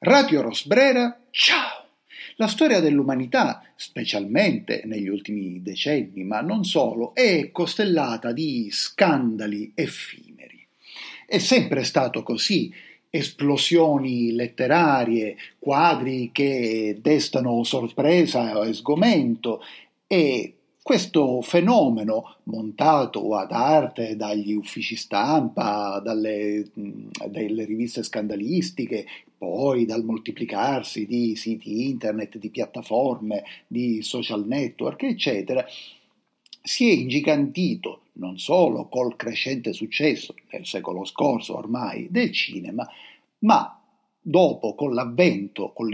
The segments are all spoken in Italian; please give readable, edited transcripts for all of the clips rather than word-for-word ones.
Radio Rosbrera, ciao! La storia dell'umanità, specialmente negli ultimi decenni, ma non solo, è costellata di scandali effimeri. È sempre stato così: esplosioni letterarie, quadri che destano sorpresa e sgomento, e questo fenomeno, montato ad arte dagli uffici stampa, dalle riviste scandalistiche, poi dal moltiplicarsi di siti internet, di piattaforme, di social network, eccetera, si è ingigantito non solo col crescente successo nel secolo scorso ormai del cinema, ma dopo, con l'avvento, con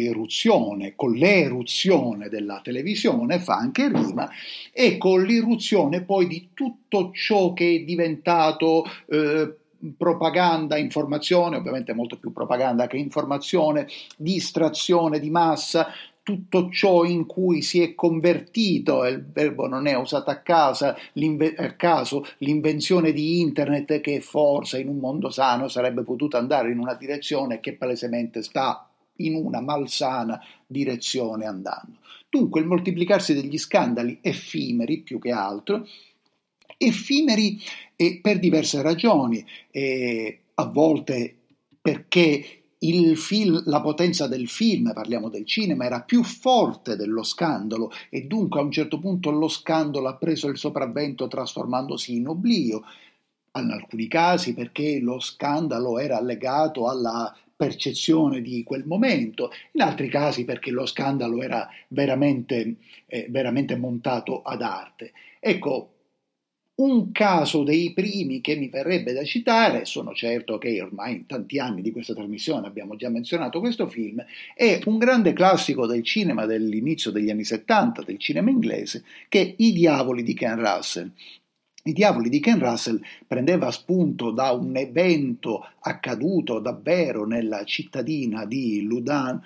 l'eruzione della televisione, fa anche rima, e con l'irruzione poi di tutto ciò che è diventato propaganda, informazione, ovviamente molto più propaganda che informazione, distrazione di massa, tutto ciò in cui si è convertito, e il verbo non è usato a caso, l'invenzione di internet, che forse in un mondo sano sarebbe potuto andare in una direzione che palesemente sta in una malsana direzione andando. Dunque il moltiplicarsi degli scandali effimeri, più che altro, effimeri per diverse ragioni, a volte perché la potenza del film, parliamo del cinema, era più forte dello scandalo, e dunque a un certo punto lo scandalo ha preso il sopravvento trasformandosi in oblio. In alcuni casi perché lo scandalo era legato alla percezione di quel momento, in altri casi perché lo scandalo era veramente montato ad arte. Ecco, un caso dei primi che mi verrebbe da citare, sono certo che ormai in tanti anni di questa trasmissione abbiamo già menzionato questo film, è un grande classico del cinema dell'inizio degli anni 70, del cinema inglese, che è I Diavoli di Ken Russell. I Diavoli di Ken Russell prendeva spunto da un evento accaduto davvero nella cittadina di Loudun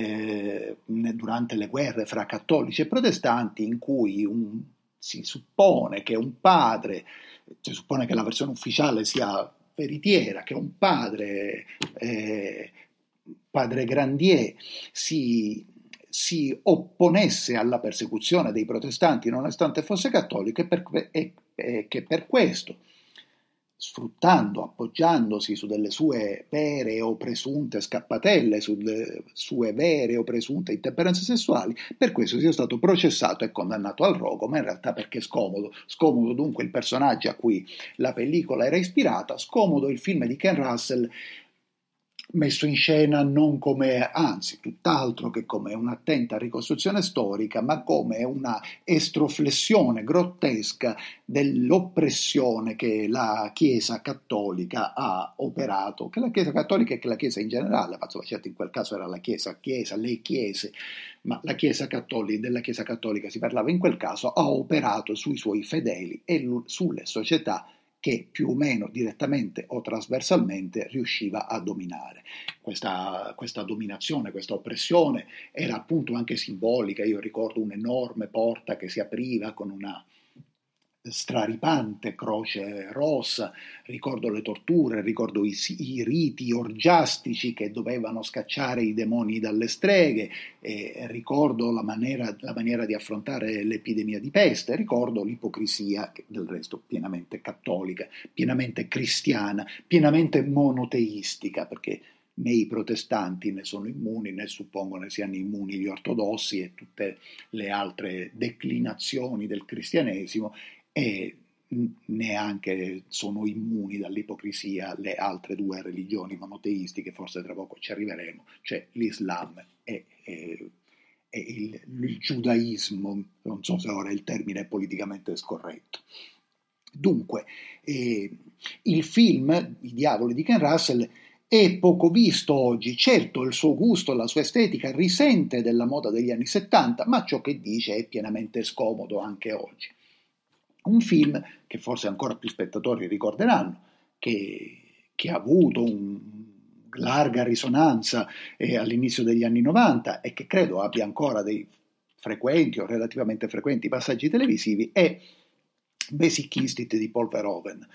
durante le guerre fra cattolici e protestanti, in cui si suppone che un padre, si suppone che la versione ufficiale sia veritiera, che un padre Grandier, si opponesse alla persecuzione dei protestanti nonostante fosse cattolico, e che per questo, sfruttando, appoggiandosi su delle sue vere o presunte scappatelle, sulle sue vere o presunte intemperanze sessuali, per questo sia stato processato e condannato al rogo, ma in realtà perché scomodo dunque il personaggio a cui la pellicola era ispirata, scomodo il film di Ken Russell, messo in scena non come, anzi, tutt'altro che come un'attenta ricostruzione storica, ma come una estroflessione grottesca dell'oppressione che la Chiesa cattolica ha operato, che la Chiesa cattolica e che la Chiesa in generale, ma certo in quel caso era la Chiesa, le Chiese, ma la Chiesa cattolica, della Chiesa cattolica si parlava in quel caso, ha operato sui suoi fedeli e sulle società che più o meno direttamente o trasversalmente riusciva a dominare. Questa dominazione, questa oppressione era appunto anche simbolica. Io ricordo un'enorme porta che si apriva con una straripante croce rossa, ricordo le torture, ricordo i riti orgiastici che dovevano scacciare i demoni dalle streghe, ricordo la maniera di affrontare l'epidemia di peste, ricordo l'ipocrisia, che del resto pienamente cattolica, pienamente cristiana, pienamente monoteistica, perché né i protestanti ne sono immuni, né suppongo ne siano immuni gli ortodossi e tutte le altre declinazioni del cristianesimo, e neanche sono immuni dall'ipocrisia le altre due religioni monoteistiche, forse tra poco ci arriveremo, cioè l'Islam e il giudaismo, non so se ora il termine è politicamente scorretto. Dunque, il film I Diavoli di Ken Russell è poco visto oggi. Certo, il suo gusto, la sua estetica risente della moda degli anni 70, ma ciò che dice è pienamente scomodo anche oggi. Un film che forse ancora più spettatori ricorderanno, che ha avuto una larga risonanza all'inizio degli anni 90 e che credo abbia ancora dei frequenti o relativamente frequenti passaggi televisivi, è Basic Instinct di Paul Verhoeven.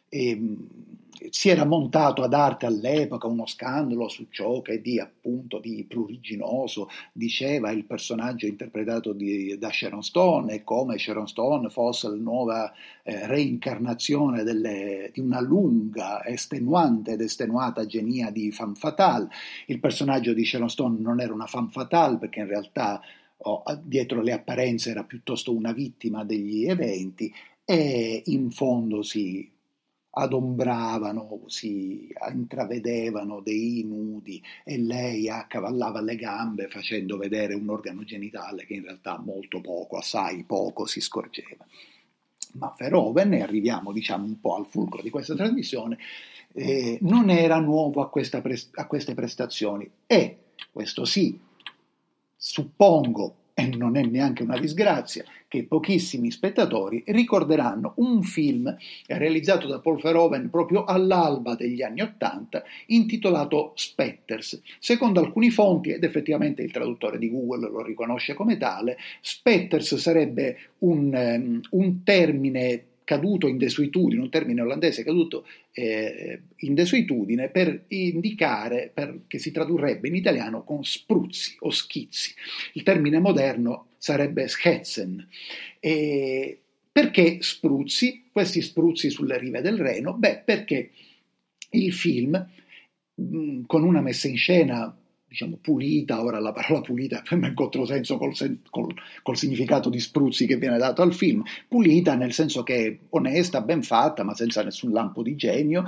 Si era montato ad arte all'epoca uno scandalo su ciò che appunto di pruriginoso diceva il personaggio interpretato da Sharon Stone, e come Sharon Stone fosse la nuova reincarnazione di una lunga, estenuante ed estenuata genia di femme fatale. Il personaggio di Sharon Stone non era una femme fatale, perché in realtà dietro le apparenze era piuttosto una vittima degli eventi, e in fondo si adombravano, si intravedevano dei nudi, e lei accavallava le gambe facendo vedere un organo genitale che in realtà molto poco, assai poco, si scorgeva. Ma Verhoeven, e arriviamo diciamo un po' al fulcro di questa trasmissione, non era nuovo a queste prestazioni, e questo sì, suppongo, e non è neanche una disgrazia, che pochissimi spettatori ricorderanno un film realizzato da Paul Verhoeven proprio all'alba degli anni '80, intitolato Spetters. Secondo alcune fonti, ed effettivamente il traduttore di Google lo riconosce come tale, Spetters sarebbe un termine caduto in desuetudine, un termine olandese caduto in desuetudine per indicare, che si tradurrebbe in italiano con spruzzi o schizzi. Il termine moderno sarebbe Schetzen. Perché spruzzi? Questi spruzzi sulle rive del Reno? Beh, perché il film, con una messa in scena diciamo pulita, ora la parola pulita è in controsenso col significato di spruzzi che viene dato al film, pulita nel senso che è onesta, ben fatta, ma senza nessun lampo di genio.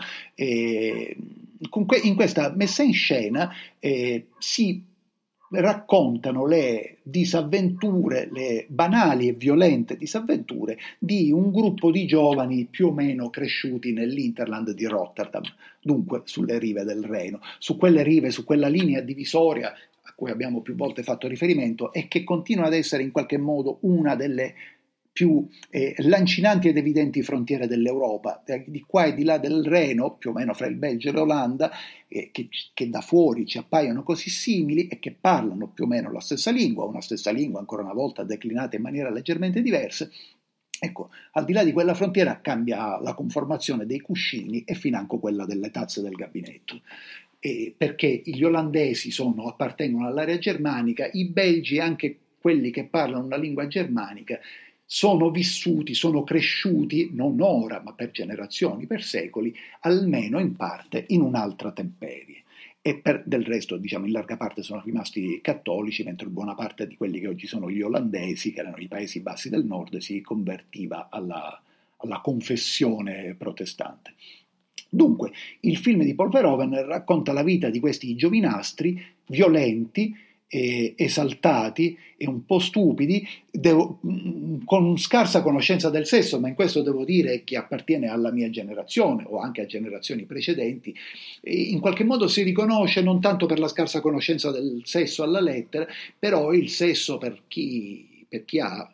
In questa messa in scena si raccontano le disavventure, le banali e violente disavventure di un gruppo di giovani più o meno cresciuti nell'Interland di Rotterdam, dunque sulle rive del Reno, su quelle rive, su quella linea divisoria a cui abbiamo più volte fatto riferimento e che continua ad essere in qualche modo una delle più lancinanti ed evidenti frontiere dell'Europa, di qua e di là del Reno, più o meno fra il Belgio e l'Olanda, che da fuori ci appaiono così simili e che parlano più o meno la stessa lingua, una stessa lingua ancora una volta declinata in maniera leggermente diversa. Ecco, al di là di quella frontiera cambia la conformazione dei cuscini e financo quella delle tazze del gabinetto. Perché gli olandesi appartengono all'area germanica, i belgi, anche quelli che parlano una lingua germanica, sono vissuti, sono cresciuti, non ora, ma per generazioni, per secoli, almeno in parte, in un'altra temperie. E del resto, diciamo, in larga parte sono rimasti cattolici, mentre buona parte di quelli che oggi sono gli olandesi, che erano i Paesi Bassi del Nord, si convertiva alla confessione protestante. Dunque, il film di Paul Verhoeven racconta la vita di questi giovinastri violenti, esaltati e un po' stupidi, con scarsa conoscenza del sesso, ma in questo devo dire che appartiene alla mia generazione o anche a generazioni precedenti, in qualche modo si riconosce non tanto per la scarsa conoscenza del sesso alla lettera, però il sesso per chi ha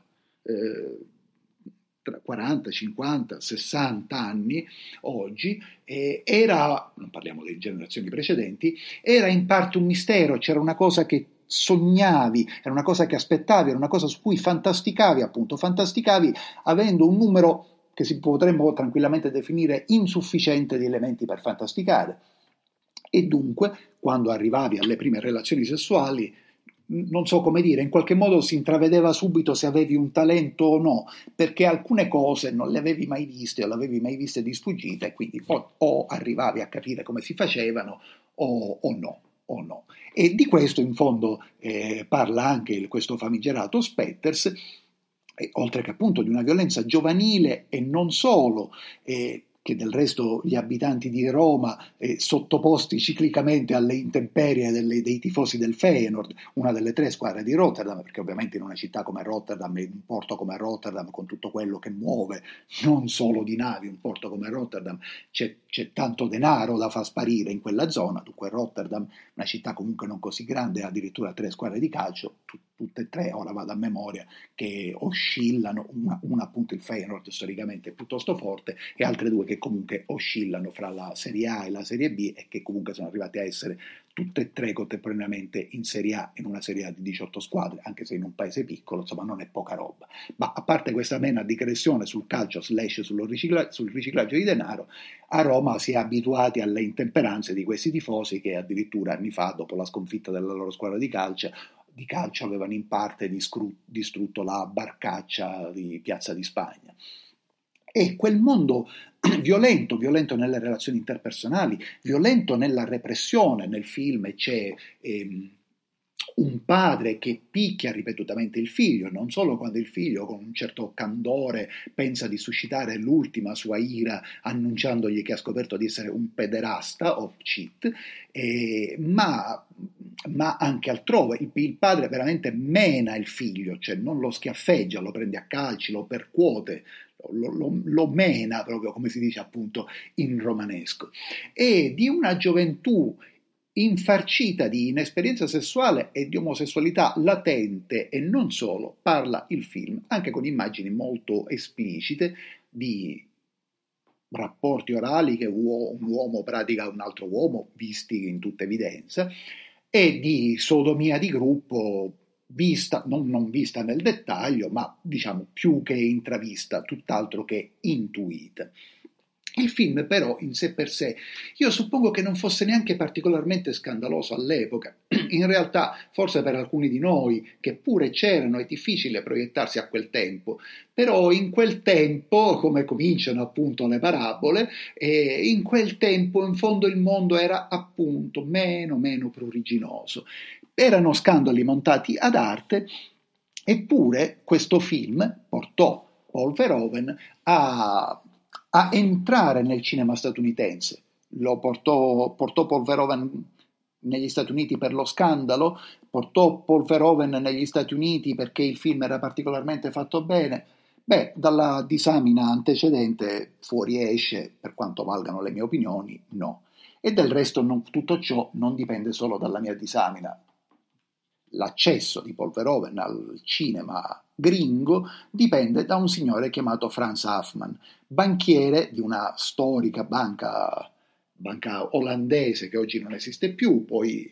tra 40, 50, 60 anni oggi, era, non parliamo delle generazioni precedenti, era in parte un mistero, c'era una cosa che sognavi, era una cosa che aspettavi, era una cosa su cui fantasticavi avendo un numero che si potremmo tranquillamente definire insufficiente di elementi per fantasticare. E dunque, quando arrivavi alle prime relazioni sessuali, non so come dire, in qualche modo si intravedeva subito se avevi un talento o no, perché alcune cose non le avevi mai viste o le avevi mai viste di sfuggita, e quindi o arrivavi a capire come si facevano o no. E di questo in fondo parla anche questo famigerato Spetters, oltre che appunto di una violenza giovanile e non solo, che del resto gli abitanti di Roma, sottoposti ciclicamente alle intemperie dei tifosi del Feyenoord, una delle tre squadre di Rotterdam, perché ovviamente in una città come Rotterdam, in un porto come Rotterdam, con tutto quello che muove, non solo di navi, un porto come Rotterdam, c'è tanto denaro da far sparire in quella zona. Dunque Rotterdam, una città comunque non così grande, ha addirittura tre squadre di calcio, tutte e tre, ora vado a memoria, che oscillano, una appunto il Feyenoord storicamente è piuttosto forte, e altre due che che comunque oscillano fra la Serie A e la Serie B e che comunque sono arrivate a essere tutte e tre contemporaneamente in Serie A, in una Serie A di 18 squadre, anche se in un paese piccolo, insomma non è poca roba. Ma a parte questa mena digressione sul calcio / sul riciclaggio di denaro, a Roma si è abituati alle intemperanze di questi tifosi che addirittura anni fa, dopo la sconfitta della loro squadra di calcio avevano in parte distrutto la barcaccia di Piazza di Spagna. E quel mondo violento nelle relazioni interpersonali, violento nella repressione. Nel film c'è un padre che picchia ripetutamente il figlio, non solo quando il figlio con un certo candore pensa di suscitare l'ultima sua ira annunciandogli che ha scoperto di essere un pederasta o cheat, ma anche altrove il padre veramente mena il figlio, cioè non lo schiaffeggia, lo prende a calci, lo percuote, lo mena, proprio come si dice appunto in romanesco. E di una gioventù infarcita di inesperienza sessuale e di omosessualità latente e non solo, parla il film, anche con immagini molto esplicite di rapporti orali che un uomo pratica a un altro uomo, visti in tutta evidenza, e di sodomia di gruppo vista, non vista nel dettaglio, ma diciamo più che intravista, tutt'altro che intuita. Il film però in sé per sé, io suppongo che non fosse neanche particolarmente scandaloso all'epoca. In realtà, forse per alcuni di noi, che pure c'erano, è difficile proiettarsi a quel tempo, però in quel tempo, come cominciano appunto le parabole, in quel tempo in fondo il mondo era appunto meno pruriginoso. Erano scandali montati ad arte, eppure questo film portò Paul Verhoeven a entrare nel cinema statunitense. Lo portò Paul Verhoeven negli Stati Uniti per lo scandalo, portò Paul Verhoeven negli Stati Uniti perché il film era particolarmente fatto bene. Beh, dalla disamina antecedente fuoriesce, per quanto valgano le mie opinioni, no. E del resto tutto ciò non dipende solo dalla mia disamina. L'accesso di Paul Verhoeven al cinema gringo dipende da un signore chiamato Franz Hafmann, banchiere di una storica banca olandese che oggi non esiste più, poi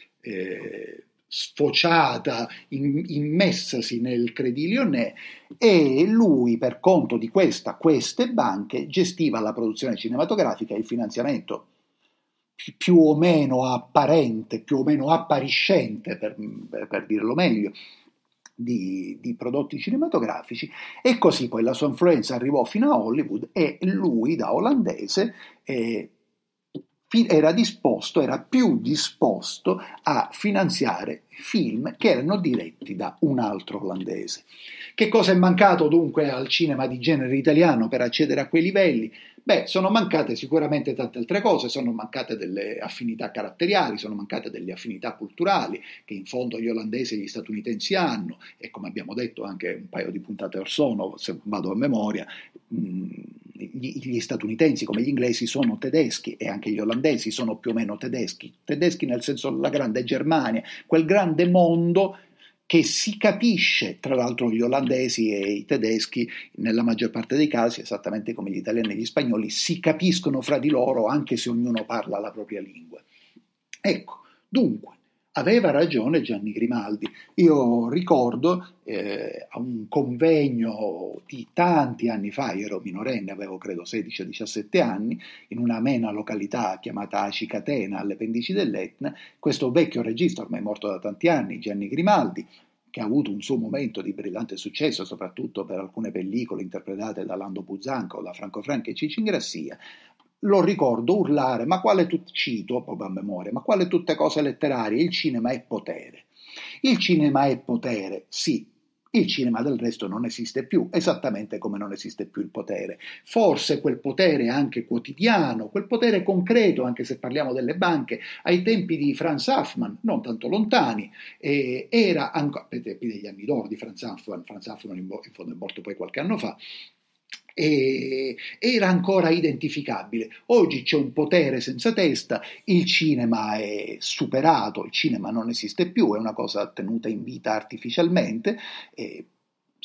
sfociata, immessasi nel Crédit Lyonnais, e lui per conto di queste banche gestiva la produzione cinematografica e il finanziamento più o meno apparente, più o meno appariscente, per dirlo meglio, di prodotti cinematografici, e così poi la sua influenza arrivò fino a Hollywood e lui da olandese era più disposto a finanziare film che erano diretti da un altro olandese. Che cosa è mancato dunque al cinema di genere italiano per accedere a quei livelli? Beh, sono mancate sicuramente tante altre cose, sono mancate delle affinità caratteriali, sono mancate delle affinità culturali che in fondo gli olandesi e gli statunitensi hanno, e come abbiamo detto anche un paio di puntate or sono, se vado a memoria, gli statunitensi come gli inglesi sono tedeschi e anche gli olandesi sono più o meno tedeschi nel senso della grande Germania, quel grande mondo che si capisce, tra l'altro gli olandesi e i tedeschi nella maggior parte dei casi, esattamente come gli italiani e gli spagnoli, si capiscono fra di loro anche se ognuno parla la propria lingua. Ecco, dunque, aveva ragione Gianni Grimaldi. Io ricordo a un convegno di tanti anni fa, io ero minorenne, avevo credo 16 o 17 anni, in una amena località chiamata Acicatena, alle pendici dell'Etna, questo vecchio regista, ormai morto da tanti anni, Gianni Grimaldi, che ha avuto un suo momento di brillante successo, soprattutto per alcune pellicole interpretate da Lando Buzzanca o da Franco Franchi e Ciccio Ingrassia, lo ricordo urlare, cito proprio a memoria, ma quale tutte cose letterarie, il cinema è potere. Il cinema è potere, sì, il cinema del resto non esiste più, esattamente come non esiste più il potere. Forse quel potere anche quotidiano, quel potere concreto, anche se parliamo delle banche, ai tempi di Franz Hafmann, non tanto lontani, era ancora, ai tempi degli anni d'oro di Franz Hafmann in fondo è morto poi qualche anno fa, e era ancora identificabile. Oggi c'è un potere senza testa, il cinema è superato, il cinema non esiste più, è una cosa tenuta in vita artificialmente,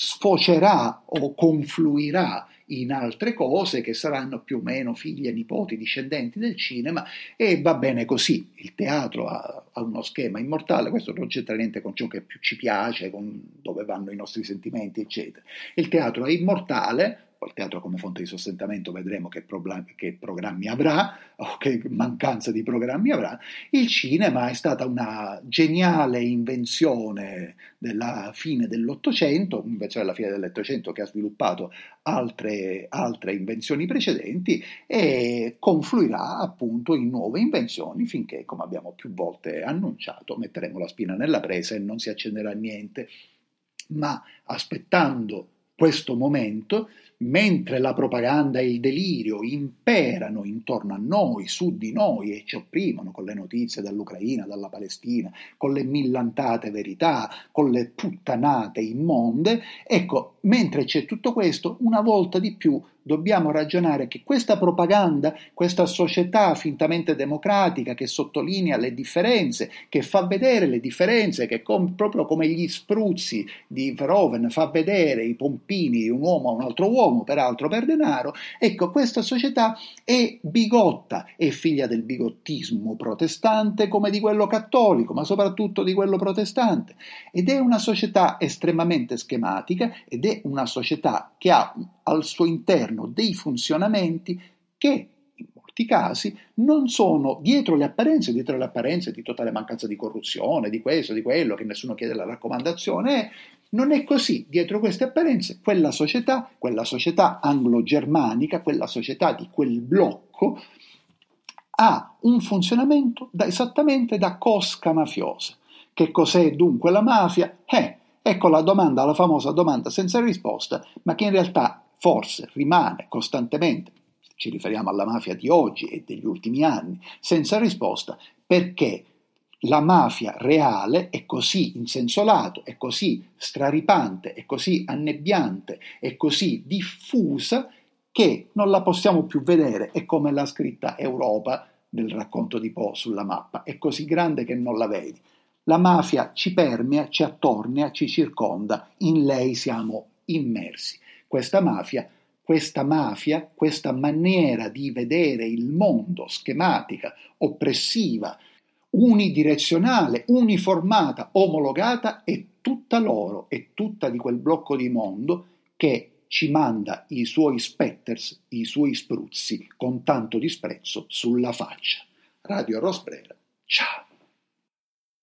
sfocerà o confluirà in altre cose che saranno più o meno figlie, nipoti, discendenti del cinema, e va bene così. Il teatro ha uno schema immortale, questo non c'entra niente con ciò che più ci piace, con dove vanno i nostri sentimenti, eccetera. Il teatro è immortale. Il teatro come fonte di sostentamento vedremo che programmi avrà o che mancanza di programmi avrà. Il cinema è stata una geniale invenzione della fine dell'Ottocento, un'invenzione della fine dell'Ottocento che ha sviluppato altre invenzioni precedenti e confluirà appunto in nuove invenzioni finché, come abbiamo più volte annunciato, metteremo la spina nella presa e non si accenderà niente. Ma aspettando questo momento, mentre la propaganda e il delirio imperano intorno a noi, su di noi, e ci opprimono con le notizie dall'Ucraina, dalla Palestina, con le millantate verità, con le puttanate immonde, ecco, mentre c'è tutto questo, una volta di più dobbiamo ragionare che questa propaganda, questa società fintamente democratica che sottolinea le differenze, che fa vedere le differenze, che proprio come gli spruzzi di Verhoeven fa vedere i pompini di un uomo a un altro uomo, peraltro per denaro, ecco, questa società è bigotta, è figlia del bigottismo protestante come di quello cattolico, ma soprattutto di quello protestante, ed è una società estremamente schematica, ed è una società che ha al suo interno dei funzionamenti che in molti casi non sono dietro le apparenze di totale mancanza di corruzione, di questo, di quello, che nessuno chiede la raccomandazione. Non è così. Dietro queste apparenze quella società anglo-germanica, quella società di quel blocco, ha un funzionamento esattamente da cosca mafiosa. Che cos'è dunque la mafia? Ecco la domanda, la famosa domanda senza risposta, ma che in realtà forse rimane costantemente, ci riferiamo alla mafia di oggi e degli ultimi anni, senza risposta, perché la mafia reale è così in senso lato, è così straripante, è così annebbiante, è così diffusa che non la possiamo più vedere. È come la scritta Europa del racconto di Poe sulla mappa, è così grande che non la vedi. La mafia ci permea, ci attornia, ci circonda, in lei siamo immersi. Questa mafia, questa maniera di vedere il mondo schematica, oppressiva, unidirezionale, uniformata, omologata, è tutta loro, è tutta di quel blocco di mondo che ci manda i suoi spetters, i suoi spruzzi con tanto disprezzo sulla faccia. Radio Rosbrera, ciao!